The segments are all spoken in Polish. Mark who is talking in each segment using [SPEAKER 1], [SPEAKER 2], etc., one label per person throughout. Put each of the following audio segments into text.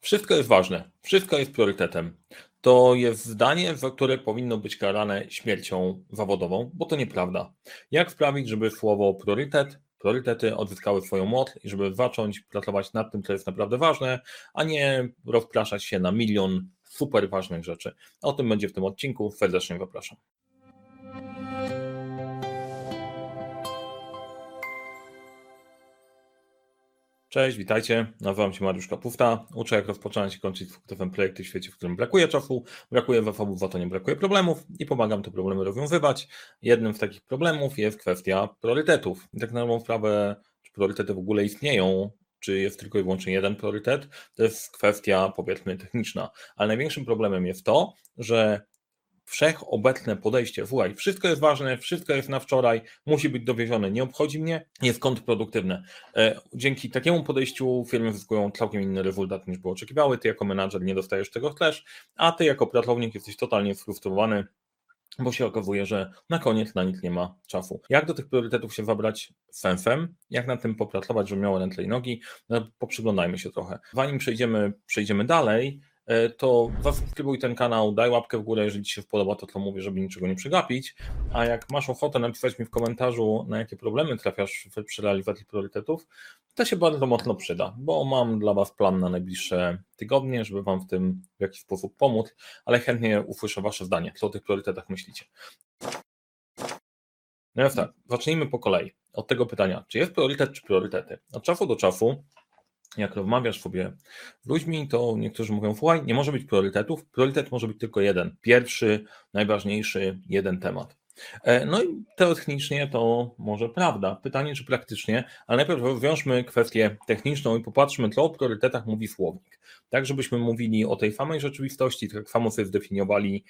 [SPEAKER 1] Wszystko jest ważne, wszystko jest priorytetem. To jest zdanie, za które powinno być karane śmiercią zawodową, bo to nieprawda. Jak sprawić, żeby słowo priorytety odzyskały swoją moc i żeby zacząć pracować nad tym, co jest naprawdę ważne, a nie rozpraszać się na milion super ważnych rzeczy. O tym będzie w tym odcinku. Serdecznie zapraszam. Cześć, witajcie. Nazywam się Mariusz Kapufta. Uczę, jak rozpoczynać i kończyć sukcesem projekty w świecie, w którym brakuje czasu, brakuje zasobów, za to nie brakuje problemów i pomagam te problemy rozwiązywać. Jednym z takich problemów jest kwestia priorytetów. I tak na dobrą sprawę, czy priorytety w ogóle istnieją, czy jest tylko i wyłącznie jeden priorytet, to jest kwestia, powiedzmy, techniczna. Ale największym problemem jest to, że wszechobecne podejście, słuchaj, wszystko jest ważne, wszystko jest na wczoraj, musi być dowiezione, nie obchodzi mnie, jest kontrproduktywne. Dzięki takiemu podejściu firmy zyskują całkiem inny rezultat niż by oczekiwały, ty jako menadżer nie dostajesz czego chcesz, a ty jako pracownik jesteś totalnie sfrustrowany, bo się okazuje, że na koniec na nic nie ma czasu. Jak do tych priorytetów się zabrać z sensem? Jak nad tym popracować, żeby miało ręce i nogi? No, poprzyglądajmy się trochę. Zanim przejdziemy dalej, to zasubskrybuj ten kanał, daj łapkę w górę, jeżeli Ci się podoba to, co mówię, żeby niczego nie przegapić, a jak masz ochotę napisać mi w komentarzu, na jakie problemy trafiasz przy realizacji priorytetów, to się bardzo mocno przyda, bo mam dla Was plan na najbliższe tygodnie, żeby Wam w tym w jakiś sposób pomóc, ale chętnie usłyszę Wasze zdanie, co o tych priorytetach myślicie. No więc tak, zacznijmy po kolei od tego pytania, czy jest priorytet, czy priorytety? Od czasu do czasu, jak rozmawiasz sobie z ludźmi, to niektórzy mówią, słuchaj, nie może być priorytetów, priorytet może być tylko jeden, pierwszy, najważniejszy, jeden temat. No i teoretycznie to może prawda. Pytanie, czy praktycznie, ale najpierw rozwiążmy kwestię techniczną i popatrzmy, co o priorytetach mówi słownik. Tak, żebyśmy mówili o tej samej rzeczywistości, tak samo sobie zdefiniowali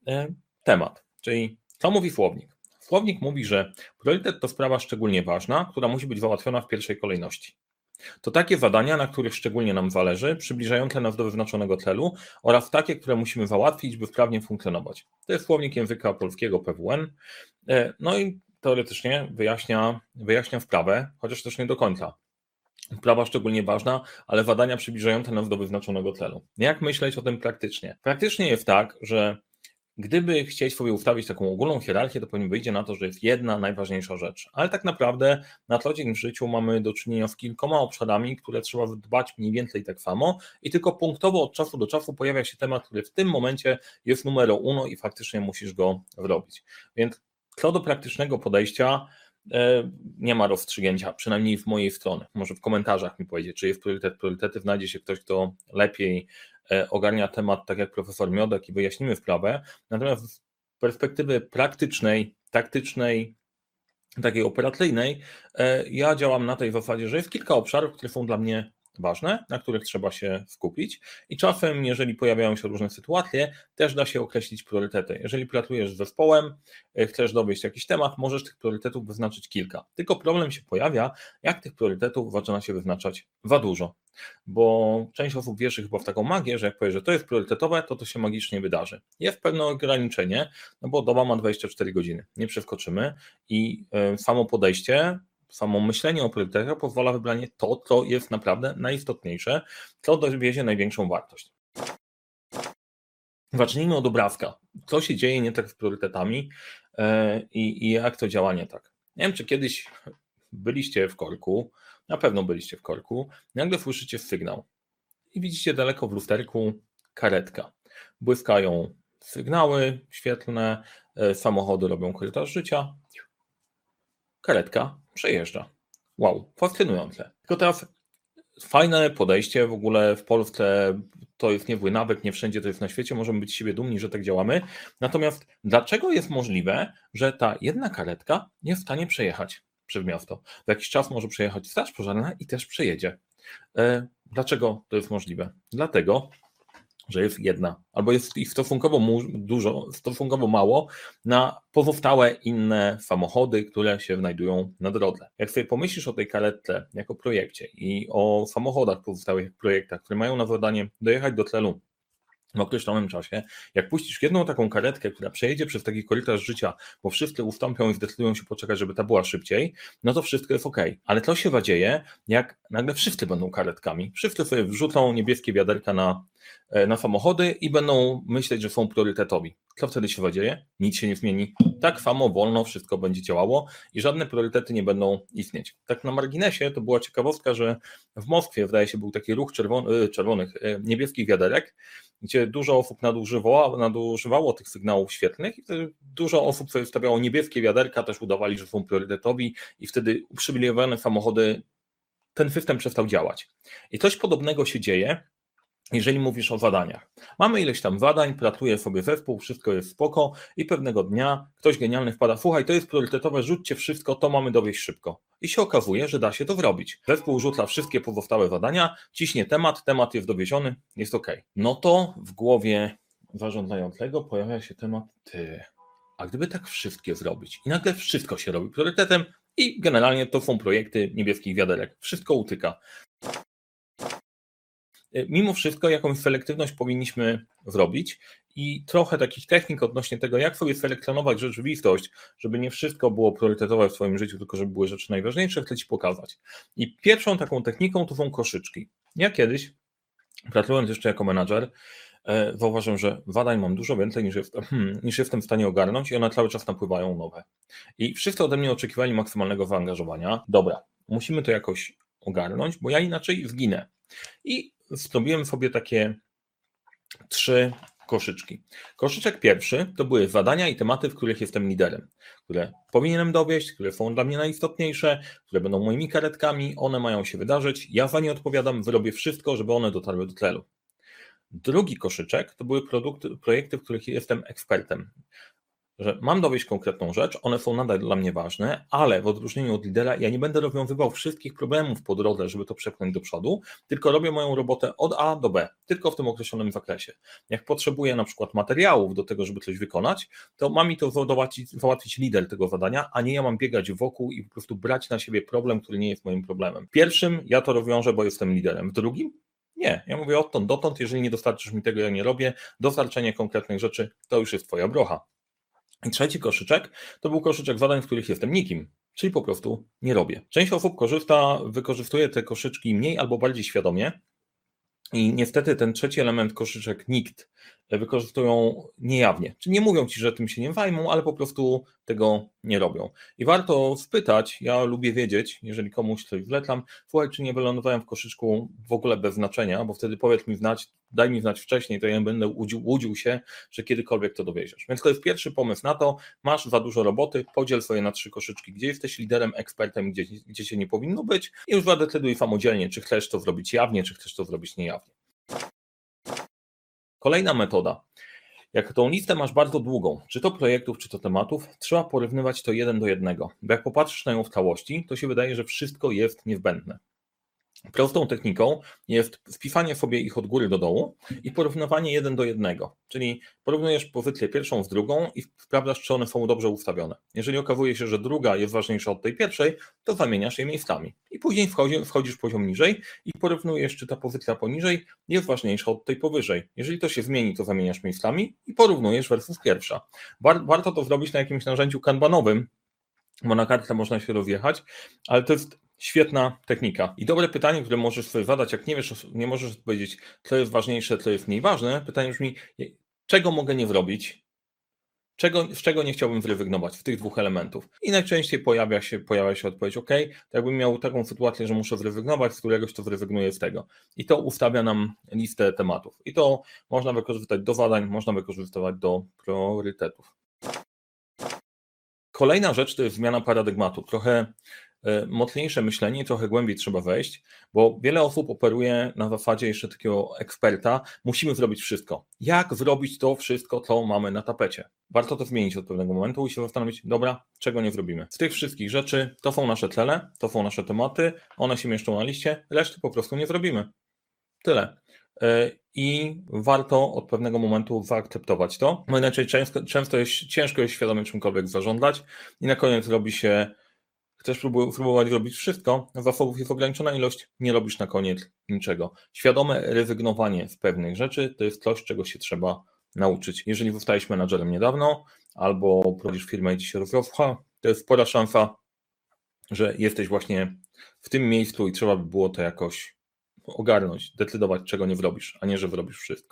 [SPEAKER 1] temat. Czyli co mówi słownik? Słownik mówi, że priorytet to sprawa szczególnie ważna, która musi być załatwiona w pierwszej kolejności. To takie zadania, na których szczególnie nam zależy, przybliżające nas do wyznaczonego celu oraz takie, które musimy załatwić, by sprawnie funkcjonować. To jest słownik języka polskiego PWN. No i teoretycznie wyjaśnia sprawę, chociaż też nie do końca. Sprawa szczególnie ważna, ale zadania przybliżające nas do wyznaczonego celu. Jak myśleć o tym praktycznie? Praktycznie jest tak, że gdyby chcieć sobie ustawić taką ogólną hierarchię, to pewnie wyjdzie na to, że jest jedna najważniejsza rzecz. Ale tak naprawdę na co dzień w życiu mamy do czynienia z kilkoma obszarami, które trzeba dbać mniej więcej tak samo i tylko punktowo od czasu do czasu pojawia się temat, który w tym momencie jest numero uno i faktycznie musisz go zrobić. Więc co do praktycznego podejścia, nie ma rozstrzygnięcia, przynajmniej z mojej strony. Może w komentarzach mi powiedzieć, czy jest priorytety, znajdzie się ktoś, kto lepiej ogarnia temat, tak jak profesor Miodek, i wyjaśnimy sprawę. Natomiast z perspektywy praktycznej, taktycznej, takiej operacyjnej, ja działam na tej zasadzie, że jest kilka obszarów, które są dla mnie ważne, na których trzeba się skupić i czasem, jeżeli pojawiają się różne sytuacje, też da się określić priorytety. Jeżeli pracujesz z zespołem, chcesz dowieść jakiś temat, możesz tych priorytetów wyznaczyć kilka. Tylko problem się pojawia, jak tych priorytetów zaczyna się wyznaczać za dużo. Bo część osób wierzy chyba w taką magię, że jak powie, że to jest priorytetowe, to się magicznie wydarzy. Jest pewne ograniczenie, no bo doba ma 24 godziny, nie przeskoczymy i samo podejście, samo myślenie o priorytetach pozwala wybranie to, co jest naprawdę najistotniejsze, co dowiezie największą wartość. Zacznijmy od obrazka. Co się dzieje nie tak z priorytetami i jak to działa nie tak. Nie wiem, czy kiedyś byliście w korku, na pewno byliście w korku, nagle słyszycie sygnał i widzicie daleko w lusterku karetka. Błyskają sygnały świetlne, samochody robią korytarz życia, karetka przejeżdża. Wow, fascynujące. Tylko teraz fajne podejście, w ogóle w Polsce to jest niezły nawyk, nie wszędzie to jest na świecie, możemy być z siebie dumni, że tak działamy. Natomiast dlaczego jest możliwe, że ta jedna karetka nie jest w stanie przejechać przez miasto? Za jakiś czas może przejechać straż pożarna i też przejedzie. Dlaczego to jest możliwe? Dlatego, że jest jedna, albo jest ich stosunkowo dużo, stosunkowo mało na pozostałe inne samochody, które się znajdują na drodze. Jak sobie pomyślisz o tej karetce jako projekcie i o samochodach pozostałych projektach, które mają na zadanie dojechać do celu w określonym czasie. Jak puścisz jedną taką karetkę, która przejedzie przez taki korytarz życia, bo wszyscy ustąpią i zdecydują się poczekać, żeby ta była szybciej, no to wszystko jest ok. Ale to się dzieje, jak nagle wszyscy będą karetkami. Wszyscy sobie wrzucą niebieskie wiaderka na samochody i będą myśleć, że są priorytetowi. Co wtedy się dzieje? Nic się nie zmieni. Tak samo wolno wszystko będzie działało i żadne priorytety nie będą istnieć. Tak na marginesie to była ciekawostka, że w Moskwie, wydaje się, był taki ruch niebieskich wiaderek, gdzie dużo osób nadużywało tych sygnałów świetlnych i wtedy dużo osób sobie wstawiało niebieskie wiaderka, też udawali, że są priorytetowi i wtedy uprzywilejowane samochody, ten system przestał działać. I coś podobnego się dzieje, jeżeli mówisz o zadaniach. Mamy ileś tam zadań, pracuje sobie zespół, wszystko jest spoko i pewnego dnia ktoś genialny wpada, słuchaj, to jest priorytetowe, rzućcie wszystko, to mamy dowieść szybko. I się okazuje, że da się to zrobić. Zespół rzuca wszystkie pozostałe zadania, ciśnie temat jest dowieziony, jest ok. No to w głowie zarządzającego pojawia się temat, a gdyby tak wszystkie zrobić i nagle wszystko się robi priorytetem i generalnie to są projekty niebieskich wiaderek, wszystko utyka. Mimo wszystko jakąś selektywność powinniśmy zrobić i trochę takich technik odnośnie tego, jak sobie selekcjonować rzeczywistość, żeby nie wszystko było priorytetowe w swoim życiu, tylko żeby były rzeczy najważniejsze, chcę Ci pokazać. I pierwszą taką techniką to są koszyczki. Ja kiedyś, pracując jeszcze jako menadżer, zauważyłem, że zadań mam dużo więcej niż jestem w stanie ogarnąć i one cały czas napływają nowe. I wszyscy ode mnie oczekiwali maksymalnego zaangażowania. Dobra, musimy to jakoś ogarnąć, bo ja inaczej zginę. I zrobiłem sobie takie 3 koszyczki. Koszyczek pierwszy to były zadania i tematy, w których jestem liderem, które powinienem dowieść, które są dla mnie najistotniejsze, które będą moimi karetkami, one mają się wydarzyć, ja za nie odpowiadam, wyrobię wszystko, żeby one dotarły do celu. Drugi koszyczek to były projekty, w których jestem ekspertem, że mam dowieść konkretną rzecz, one są nadal dla mnie ważne, ale w odróżnieniu od lidera ja nie będę rozwiązywał wszystkich problemów po drodze, żeby to przepchnąć do przodu, tylko robię moją robotę od A do B, tylko w tym określonym zakresie. Jak potrzebuję na przykład materiałów do tego, żeby coś wykonać, to ma mi to załatwić lider tego zadania, a nie ja mam biegać wokół i po prostu brać na siebie problem, który nie jest moim problemem. W pierwszym ja to rozwiążę, bo jestem liderem. W drugim nie, ja mówię odtąd dotąd, jeżeli nie dostarczysz mi tego, ja nie robię, dostarczenie konkretnych rzeczy to już jest twoja brocha. I trzeci koszyczek to był koszyczek zadań, w których jestem nikim, czyli po prostu nie robię. Część osób wykorzystuje te koszyczki mniej albo bardziej świadomie i niestety ten trzeci element, koszyczek nikt, wykorzystują niejawnie. Czyli nie mówią Ci, że tym się nie zajmą, ale po prostu tego nie robią. I warto spytać, ja lubię wiedzieć, jeżeli komuś coś wlecam, słuchaj, czy nie wylądowałem w koszyczku w ogóle bez znaczenia, bo wtedy daj mi znać wcześniej, to ja nie będę łudził się, że kiedykolwiek to dowieziesz. Więc to jest pierwszy pomysł na to, masz za dużo roboty, podziel sobie na 3 koszyczki, gdzie jesteś liderem, ekspertem, gdzie Cię nie powinno być i już zadecyduj samodzielnie, czy chcesz to zrobić jawnie, czy chcesz to zrobić niejawnie. Kolejna metoda. Jak tą listę masz bardzo długą, czy to projektów, czy to tematów, trzeba porównywać to 1 do 1, bo jak popatrzysz na ją w całości, to się wydaje, że wszystko jest niezbędne. Prostą techniką jest wpisanie sobie ich od góry do dołu i porównywanie 1 do 1, czyli porównujesz pozycję pierwszą z drugą i sprawdzasz, czy one są dobrze ustawione. Jeżeli okazuje się, że druga jest ważniejsza od tej pierwszej, to zamieniasz je miejscami i później wchodzisz poziom niżej i porównujesz, czy ta pozycja poniżej jest ważniejsza od tej powyżej. Jeżeli to się zmieni, to zamieniasz miejscami i porównujesz versus pierwsza. Warto to zrobić na jakimś narzędziu kanbanowym, bo na kartce można się rozjechać, ale to jest świetna technika. I dobre pytanie, które możesz sobie zadać, jak nie wiesz, nie możesz powiedzieć, co jest ważniejsze, co jest mniej ważne. Pytanie brzmi, czego mogę nie zrobić, z czego nie chciałbym zrezygnować w tych 2 elementów. I najczęściej pojawia się odpowiedź, ok, to jakbym miał taką sytuację, że muszę zrezygnować z któregoś, to zrezygnuję z tego. I to ustawia nam listę tematów. I to można wykorzystać do zadań, można wykorzystywać do priorytetów. Kolejna rzecz to jest zmiana paradygmatu. Trochę mocniejsze myślenie, trochę głębiej trzeba wejść, bo wiele osób operuje na zasadzie jeszcze takiego eksperta, musimy zrobić wszystko. Jak zrobić to wszystko, co mamy na tapecie? Warto to zmienić od pewnego momentu i się zastanowić, dobra, czego nie zrobimy. Z tych wszystkich rzeczy to są nasze cele, to są nasze tematy, one się mieszczą na liście, reszty po prostu nie zrobimy. Tyle. I warto od pewnego momentu zaakceptować to, bo inaczej ciężko jest świadomie czymkolwiek zarządzać i na koniec robi się chcesz próbować robić wszystko, zasobów jest ograniczona ilość, nie robisz na koniec niczego. Świadome rezygnowanie z pewnych rzeczy to jest coś, czego się trzeba nauczyć. Jeżeli zostałeś menadżerem niedawno, albo prowadzisz firmę i ci się rozrosła, to jest spora szansa, że jesteś właśnie w tym miejscu i trzeba by było to jakoś ogarnąć, decydować, czego nie zrobisz, a nie, że wyrobisz wszystko.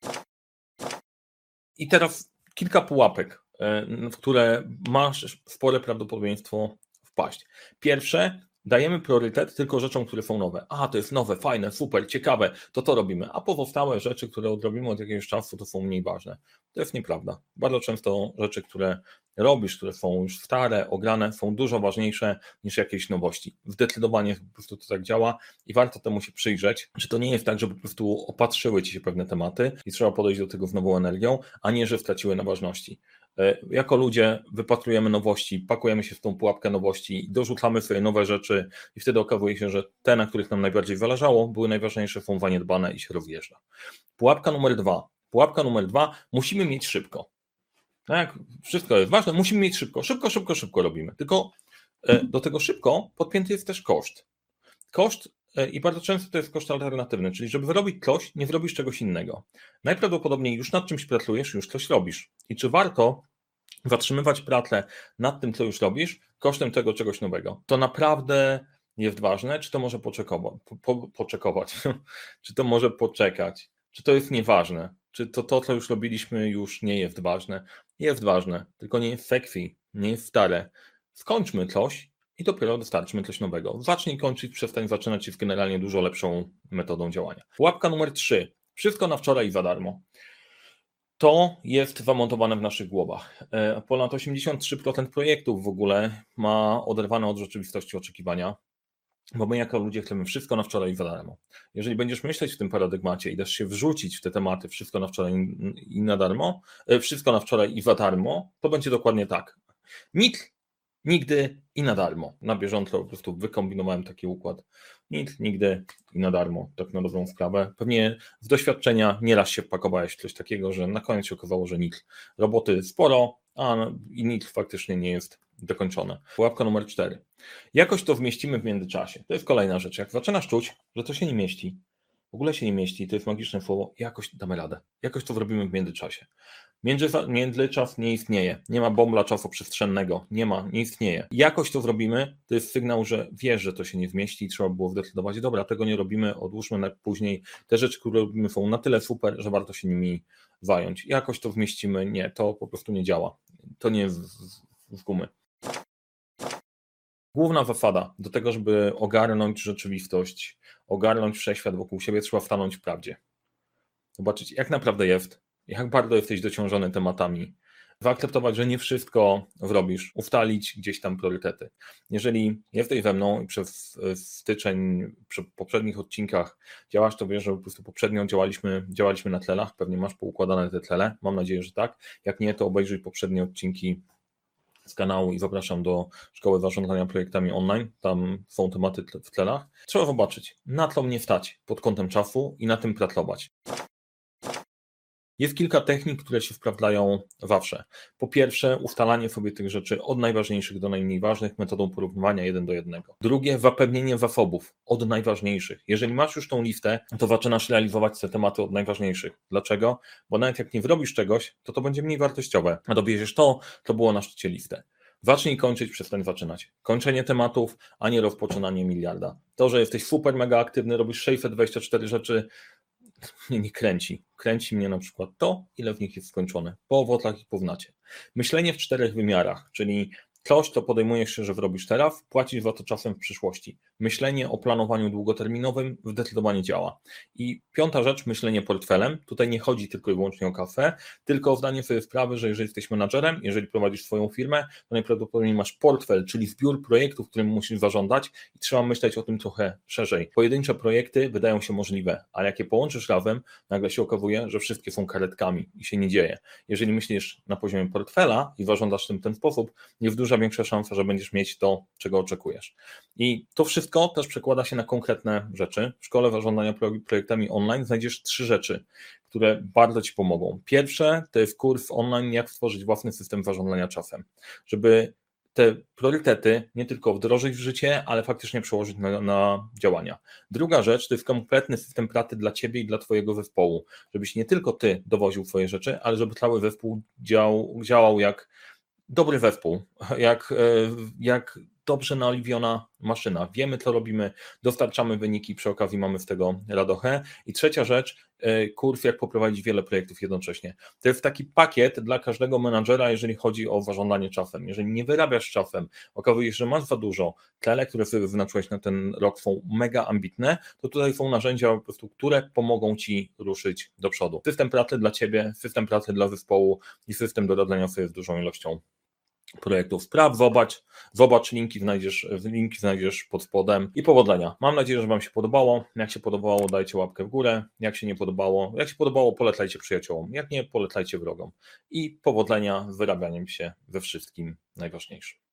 [SPEAKER 1] I teraz kilka pułapek, w które masz spore prawdopodobieństwo wpaść. Pierwsze, dajemy priorytet tylko rzeczom, które są nowe. A, to jest nowe, fajne, super, ciekawe, to robimy. A pozostałe rzeczy, które odrobimy od jakiegoś czasu, to są mniej ważne. To jest nieprawda. Bardzo często rzeczy, które robisz, które są już stare, ograne, są dużo ważniejsze niż jakieś nowości. Zdecydowanie po prostu to tak działa i warto temu się przyjrzeć, że to nie jest tak, że po prostu opatrzyły ci się pewne tematy i trzeba podejść do tego z nową energią, a nie, że straciły na ważności. Jako ludzie wypatrujemy nowości, pakujemy się w tą pułapkę nowości, dorzucamy sobie nowe rzeczy i wtedy okazuje się, że te, na których nam najbardziej zależało, były najważniejsze, są zaniedbane i się rozjeżdża. Pułapka numer dwa. Pułapka numer dwa. Musimy mieć szybko. Tak, wszystko jest ważne, musimy mieć szybko. Szybko robimy. Tylko do tego szybko podpięty jest też koszt. Koszt i bardzo często to jest koszt alternatywny, czyli żeby wyrobić coś, nie wyrobisz czegoś innego. Najprawdopodobniej już nad czymś pracujesz, już coś robisz. I czy warto zatrzymywać pracę nad tym, co już robisz, kosztem tego czegoś nowego? To naprawdę jest ważne, czy to może poczekować, czy to może poczekać, czy to jest nieważne, czy to, co już robiliśmy, już nie jest ważne. Jest ważne, tylko nie jest sexy, nie jest stare. Skończmy coś i dopiero dostarczymy coś nowego. Zacznij kończyć, przestań zaczynać jest generalnie dużo lepszą metodą działania. Pułapka numer 3. Wszystko na wczoraj i za darmo. To jest zamontowane w naszych głowach. Ponad 83% projektów w ogóle ma oderwane od rzeczywistości oczekiwania, bo my jako ludzie chcemy wszystko na wczoraj i za darmo. Jeżeli będziesz myśleć w tym paradygmacie i dasz się wrzucić w te tematy wszystko na wczoraj i na darmo, wszystko na wczoraj i za darmo, to będzie dokładnie tak. Nic, nigdy i na darmo. Na bieżąco po prostu wykombinowałem taki układ. Nic, nigdy i na darmo, tak na dobrą sprawę. Pewnie z doświadczenia nieraz się wpakowałeś w coś takiego, że na koniec się okazało, że nic. Roboty sporo, a i nic faktycznie nie jest dokończone. Pułapka numer 4. Jakoś to wmieścimy w międzyczasie. To jest kolejna rzecz. Jak zaczynasz czuć, że to się nie mieści, w ogóle się nie mieści, to jest magiczne słowo, jakoś damy radę. Jakoś to zrobimy w międzyczasie. Międzyczas nie istnieje. Nie ma bąbla czasoprzestrzennego. Nie istnieje. Jakoś to zrobimy, to jest sygnał, że wiesz, że to się nie zmieści i trzeba było zdecydować, dobra, tego nie robimy, odłóżmy na później. Te rzeczy, które robimy są na tyle super, że warto się nimi zająć. Jakoś to wmieścimy. Nie, to po prostu nie działa. To nie jest z gumy. Główna zasada do tego, żeby ogarnąć rzeczywistość, ogarnąć wszechświat wokół siebie, trzeba stanąć w prawdzie. Zobaczyć, jak naprawdę jest, jak bardzo jesteś dociążony tematami, zaakceptować, że nie wszystko robisz, ustalić gdzieś tam priorytety. Jeżeli jesteś ze mną i przez styczeń, przy poprzednich odcinkach działasz, to wiesz, że po prostu poprzednio działaliśmy na tlelach, pewnie masz poukładane te tlele, mam nadzieję, że tak. Jak nie, to obejrzyj poprzednie odcinki z kanału i zapraszam do Szkoły Zarządzania Projektami Online, tam są tematy w tlelach. Trzeba zobaczyć, na co mnie stać pod kątem czasu i na tym pracować. Jest kilka technik, które się sprawdzają zawsze. Po pierwsze, ustalanie sobie tych rzeczy od najważniejszych do najmniej ważnych metodą porównywania 1 do 1. Drugie, zapewnienie zasobów od najważniejszych. Jeżeli masz już tą listę, to zaczynasz realizować te tematy od najważniejszych. Dlaczego? Bo nawet jak nie zrobisz czegoś, to będzie mniej wartościowe, a dobierzesz to, co było na szczycie listy. Zacznij kończyć, przestań zaczynać. Kończenie tematów, a nie rozpoczynanie miliarda. To, że jesteś super mega aktywny, robisz 624 rzeczy, mnie nie kręci. Kręci mnie na przykład to, ile w nich jest skończone. Po owocach i po wnacie. Myślenie w 4 wymiarach, czyli coś, co podejmujesz się, że robisz teraz, płacisz za to czasem w przyszłości. Myślenie o planowaniu długoterminowym zdecydowanie działa. I 5. rzecz, myślenie portfelem. Tutaj nie chodzi tylko i wyłącznie o kasę, tylko o zdanie sobie sprawy, że jeżeli jesteś menadżerem, jeżeli prowadzisz swoją firmę, to najprawdopodobniej masz portfel, czyli zbiór projektów, którym musisz zarządzać i trzeba myśleć o tym trochę szerzej. Pojedyncze projekty wydają się możliwe, ale jak je połączysz razem, nagle się okazuje, że wszystkie są karetkami i się nie dzieje. Jeżeli myślisz na poziomie portfela i zarządzasz tym w ten sposób, jest duża większa szansa, że będziesz mieć to, czego oczekujesz. I to wszystko też przekłada się na konkretne rzeczy. W Szkole Zarządzania Projektami Online znajdziesz 3 rzeczy, które bardzo Ci pomogą. Pierwsze to jest kurs online, jak stworzyć własny system zarządzania czasem, żeby te priorytety nie tylko wdrożyć w życie, ale faktycznie przełożyć na działania. Druga rzecz, to jest kompletny system pracy dla Ciebie i dla Twojego zespołu, żebyś nie tylko Ty dowoził Twoje rzeczy, ale żeby cały zespół działał jak dobry zespół, jak dobrze naoliwiona maszyna. Wiemy, co robimy, dostarczamy wyniki, przy okazji mamy z tego radochę. I trzecia rzecz, kurs, jak poprowadzić wiele projektów jednocześnie. To jest taki pakiet dla każdego menadżera, jeżeli chodzi o zarządzanie czasem. Jeżeli nie wyrabiasz czasem, okazuje się, że masz za dużo, cele, które sobie wyznaczyłeś na ten rok są mega ambitne, to tutaj są narzędzia po prostu, które pomogą Ci ruszyć do przodu. System pracy dla Ciebie, system pracy dla zespołu i system do radzenia sobie z dużą ilością projektów. Sprawdź, zobacz, linki znajdziesz pod spodem i powodzenia. Mam nadzieję, że Wam się podobało. Jak się podobało, dajcie łapkę w górę. Jak się podobało, polecajcie przyjaciołom. Jak nie, polecajcie wrogom. I powodzenia z wyrabianiem się we wszystkim najważniejszym.